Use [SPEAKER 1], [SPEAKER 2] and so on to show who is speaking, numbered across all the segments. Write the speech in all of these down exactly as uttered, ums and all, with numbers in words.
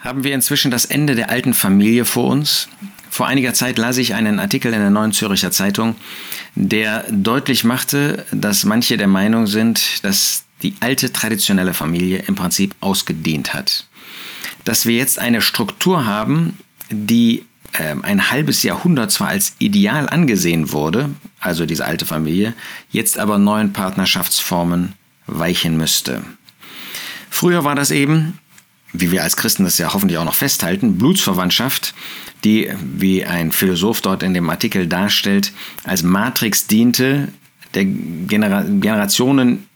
[SPEAKER 1] Haben wir inzwischen das Ende der alten Familie vor uns? Vor einiger Zeit las ich einen Artikel in der Neuen Zürcher Zeitung, der deutlich machte, dass manche der Meinung sind, dass die alte traditionelle Familie im Prinzip ausgedient hat. Dass wir jetzt eine Struktur haben, die äh, ein halbes Jahrhundert zwar als ideal angesehen wurde, also diese alte Familie, jetzt aber neuen Partnerschaftsformen weichen müsste. Früher war das eben, wie wir als Christen das ja hoffentlich auch noch festhalten, Blutsverwandtschaft, die, wie ein Philosoph dort in dem Artikel darstellt, als Matrix diente, der Genera- Generationen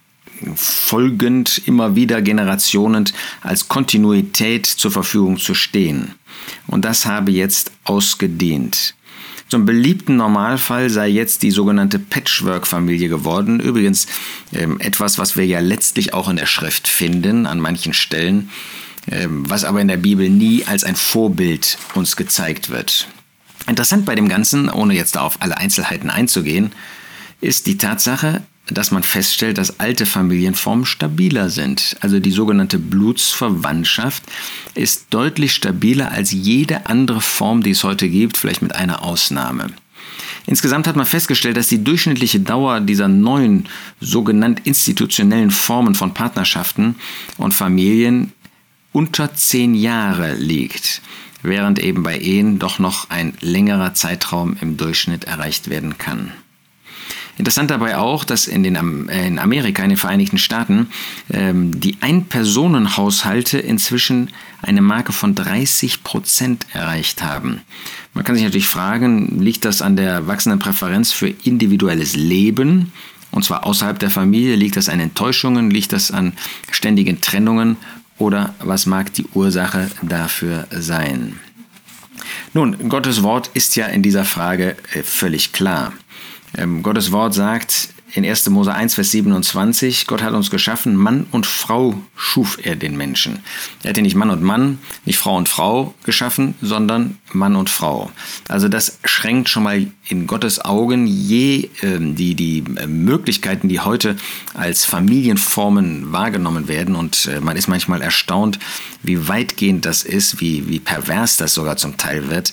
[SPEAKER 1] folgend, immer wieder generationend als Kontinuität zur Verfügung zu stehen. Und das habe jetzt ausgedehnt. Zum beliebten Normalfall sei jetzt die sogenannte Patchwork-Familie geworden. Übrigens ähm, etwas, was wir ja letztlich auch in der Schrift finden, an manchen Stellen, ähm, was aber in der Bibel nie als ein Vorbild uns gezeigt wird. Interessant bei dem Ganzen, ohne jetzt auf alle Einzelheiten einzugehen, ist die Tatsache, dass man feststellt, dass alte Familienformen stabiler sind. Also die sogenannte Blutsverwandtschaft ist deutlich stabiler als jede andere Form, die es heute gibt, vielleicht mit einer Ausnahme. Insgesamt hat man festgestellt, dass die durchschnittliche Dauer dieser neuen sogenannten institutionellen Formen von Partnerschaften und Familien unter zehn Jahre liegt, während eben bei Ehen doch noch ein längerer Zeitraum im Durchschnitt erreicht werden kann. Interessant dabei auch, dass in, den, in Amerika, in den Vereinigten Staaten, ähm, die Ein-Personen-Haushalte inzwischen eine Marke von dreißig Prozent erreicht haben. Man kann sich natürlich fragen, liegt das an der wachsenden Präferenz für individuelles Leben, und zwar außerhalb der Familie? Liegt das an Enttäuschungen? Liegt das an ständigen Trennungen? Oder was mag die Ursache dafür sein? Nun, Gottes Wort ist ja in dieser Frage äh, völlig klar. Ähm, Gottes Wort sagt in erster Mose eins, Vers siebenundzwanzig, Gott hat uns geschaffen, Mann und Frau schuf er den Menschen. Er hat ja nicht Mann und Mann, nicht Frau und Frau geschaffen, sondern Mann und Frau. Also das schränkt schon mal in Gottes Augen je äh, die, die äh, Möglichkeiten, die heute als Familienformen wahrgenommen werden. Und äh, man ist manchmal erstaunt, wie weitgehend das ist, wie, wie pervers das sogar zum Teil wird,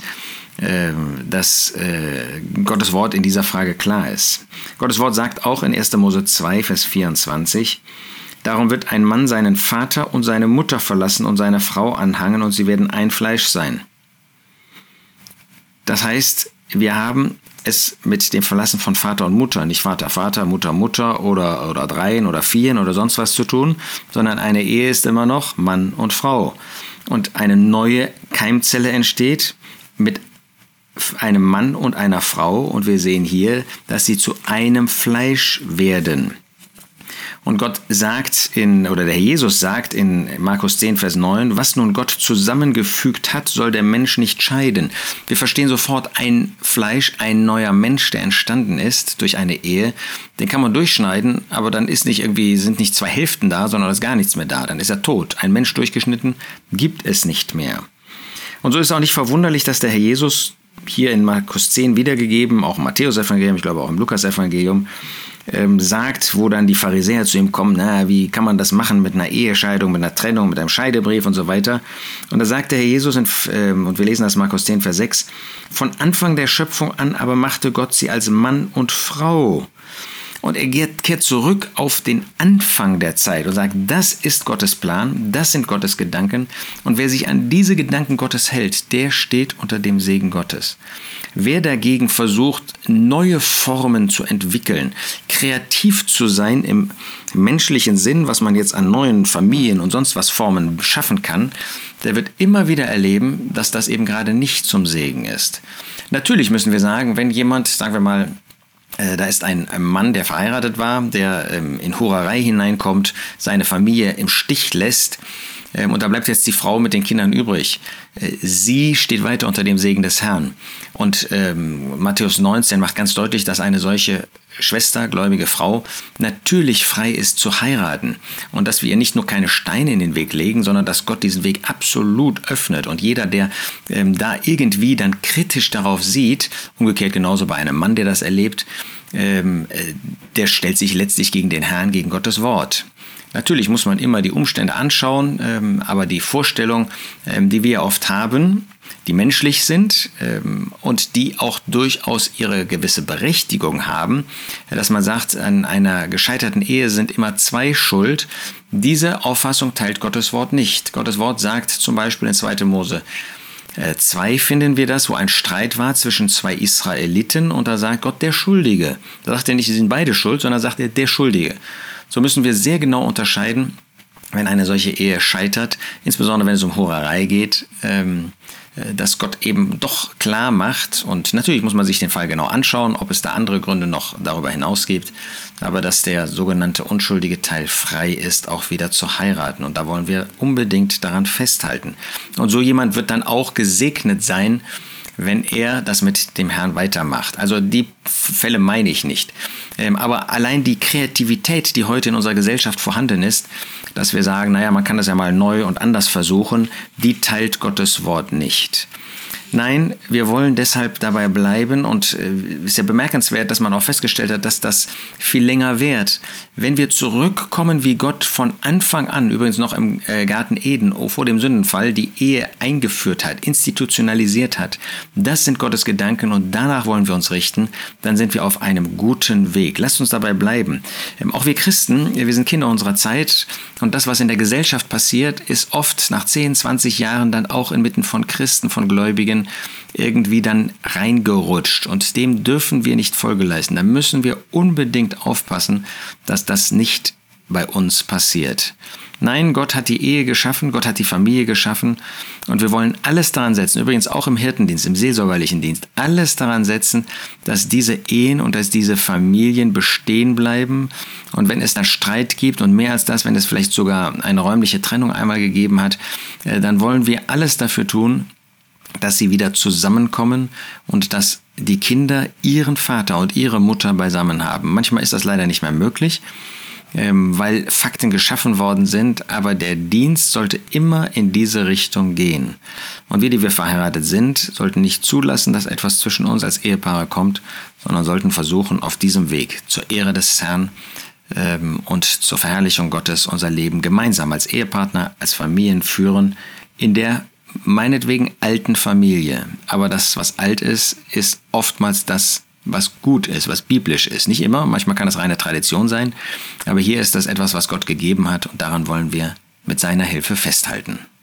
[SPEAKER 1] dass äh, Gottes Wort in dieser Frage klar ist. Gottes Wort sagt auch in erster Mose zwei, Vers vierundzwanzig, darum wird ein Mann seinen Vater und seine Mutter verlassen und seine Frau anhangen und sie werden ein Fleisch sein. Das heißt, wir haben es mit dem Verlassen von Vater und Mutter, nicht Vater, Vater, Mutter, Mutter oder, oder Dreien oder Vieren oder sonst was zu tun, sondern eine Ehe ist immer noch Mann und Frau. Und eine neue Keimzelle entsteht mit einem Mann und einer Frau, und wir sehen hier, dass sie zu einem Fleisch werden. Und Gott sagt in, oder der Jesus sagt in Markus zehn, Vers neun, was nun Gott zusammengefügt hat, soll der Mensch nicht scheiden. Wir verstehen sofort, ein Fleisch, ein neuer Mensch, der entstanden ist durch eine Ehe, den kann man durchschneiden, aber dann ist nicht irgendwie, sind nicht zwei Hälften da, sondern ist gar nichts mehr da. Dann ist er tot. Ein Mensch durchgeschnitten gibt es nicht mehr. Und so ist es auch nicht verwunderlich, dass der Herr Jesus hier in Markus zehn wiedergegeben, auch im Matthäus-Evangelium, ich glaube auch im Lukas-Evangelium, ähm, sagt, wo dann die Pharisäer zu ihm kommen, na, wie kann man das machen mit einer Ehescheidung, mit einer Trennung, mit einem Scheidebrief und so weiter. Und da sagt der Herr Jesus, in, ähm, und wir lesen das Markus zehn, Vers sechs, von Anfang der Schöpfung an aber machte Gott sie als Mann und Frau. Und er kehrt zurück auf den Anfang der Zeit und sagt, das ist Gottes Plan, das sind Gottes Gedanken. Und wer sich an diese Gedanken Gottes hält, der steht unter dem Segen Gottes. Wer dagegen versucht, neue Formen zu entwickeln, kreativ zu sein im menschlichen Sinn, was man jetzt an neuen Familien und sonst was Formen schaffen kann, der wird immer wieder erleben, dass das eben gerade nicht zum Segen ist. Natürlich müssen wir sagen, wenn jemand, sagen wir mal, da ist ein Mann, der verheiratet war, der in Hurerei hineinkommt, seine Familie im Stich lässt, und da bleibt jetzt die Frau mit den Kindern übrig. Sie steht weiter unter dem Segen des Herrn. Und ähm, Matthäus neunzehn macht ganz deutlich, dass eine solche Schwester, gläubige Frau, natürlich frei ist zu heiraten. Und dass wir ihr nicht nur keine Steine in den Weg legen, sondern dass Gott diesen Weg absolut öffnet. Und jeder, der ähm, da irgendwie dann kritisch darauf sieht, umgekehrt genauso bei einem Mann, der das erlebt, ähm, äh, der stellt sich letztlich gegen den Herrn, gegen Gottes Wort. Natürlich muss man immer die Umstände anschauen, ähm, aber die Vorstellung, ähm, die wir oft haben, die menschlich sind ähm, und die auch durchaus ihre gewisse Berechtigung haben, dass man sagt, an einer gescheiterten Ehe sind immer zwei schuld. Diese Auffassung teilt Gottes Wort nicht. Gottes Wort sagt zum Beispiel in zweiter Mose zwei finden wir das, wo ein Streit war zwischen zwei Israeliten und da sagt Gott der Schuldige. Da sagt er nicht, sie sind beide schuld, sondern sagt er der Schuldige. So müssen wir sehr genau unterscheiden, wenn eine solche Ehe scheitert, insbesondere wenn es um Hurerei geht, ähm, dass Gott eben doch klar macht, und natürlich muss man sich den Fall genau anschauen, ob es da andere Gründe noch darüber hinaus gibt, aber dass der sogenannte unschuldige Teil frei ist, auch wieder zu heiraten. Und da wollen wir unbedingt daran festhalten. Und so jemand wird dann auch gesegnet sein, wenn er das mit dem Herrn weitermacht. Also die Fälle meine ich nicht. Ähm, aber allein die Kreativität, die heute in unserer Gesellschaft vorhanden ist, dass wir sagen, naja, man kann das ja mal neu und anders versuchen, die teilt Gottes Wort nicht. Nein, wir wollen deshalb dabei bleiben, und es äh, ist ja bemerkenswert, dass man auch festgestellt hat, dass das viel länger währt. Wenn wir zurückkommen, wie Gott von Anfang an, übrigens noch im äh, Garten Eden, vor dem Sündenfall, die Ehe eingeführt hat, institutionalisiert hat, das sind Gottes Gedanken und danach wollen wir uns richten, dann sind wir auf einem guten Weg. Lasst uns dabei bleiben. Ähm, auch wir Christen, wir sind Kinder unserer Zeit, und das, was in der Gesellschaft passiert, ist oft nach zehn, zwanzig Jahren dann auch inmitten von Christen, von Gläubigen, irgendwie dann reingerutscht, und dem dürfen wir nicht Folge leisten. Da müssen wir unbedingt aufpassen, dass das nicht bei uns passiert. Nein, Gott hat die Ehe geschaffen, Gott hat die Familie geschaffen, und wir wollen alles daran setzen, übrigens auch im Hirtendienst, im seelsorgerlichen Dienst, alles daran setzen, dass diese Ehen und dass diese Familien bestehen bleiben. Und wenn es da Streit gibt, und mehr als das, wenn es vielleicht sogar eine räumliche Trennung einmal gegeben hat, dann wollen wir alles dafür tun, dass sie wieder zusammenkommen und dass die Kinder ihren Vater und ihre Mutter beisammen haben. Manchmal ist das leider nicht mehr möglich, weil Fakten geschaffen worden sind, aber der Dienst sollte immer in diese Richtung gehen. Und wir, die wir verheiratet sind, sollten nicht zulassen, dass etwas zwischen uns als Ehepaare kommt, sondern sollten versuchen, auf diesem Weg zur Ehre des Herrn und zur Verherrlichung Gottes unser Leben gemeinsam als Ehepartner, als Familien führen, in der meinetwegen alten Familie. Aber das, was alt ist, ist oftmals das, was gut ist, was biblisch ist. Nicht immer, manchmal kann es reine Tradition sein, aber hier ist das etwas, was Gott gegeben hat, und daran wollen wir mit seiner Hilfe festhalten.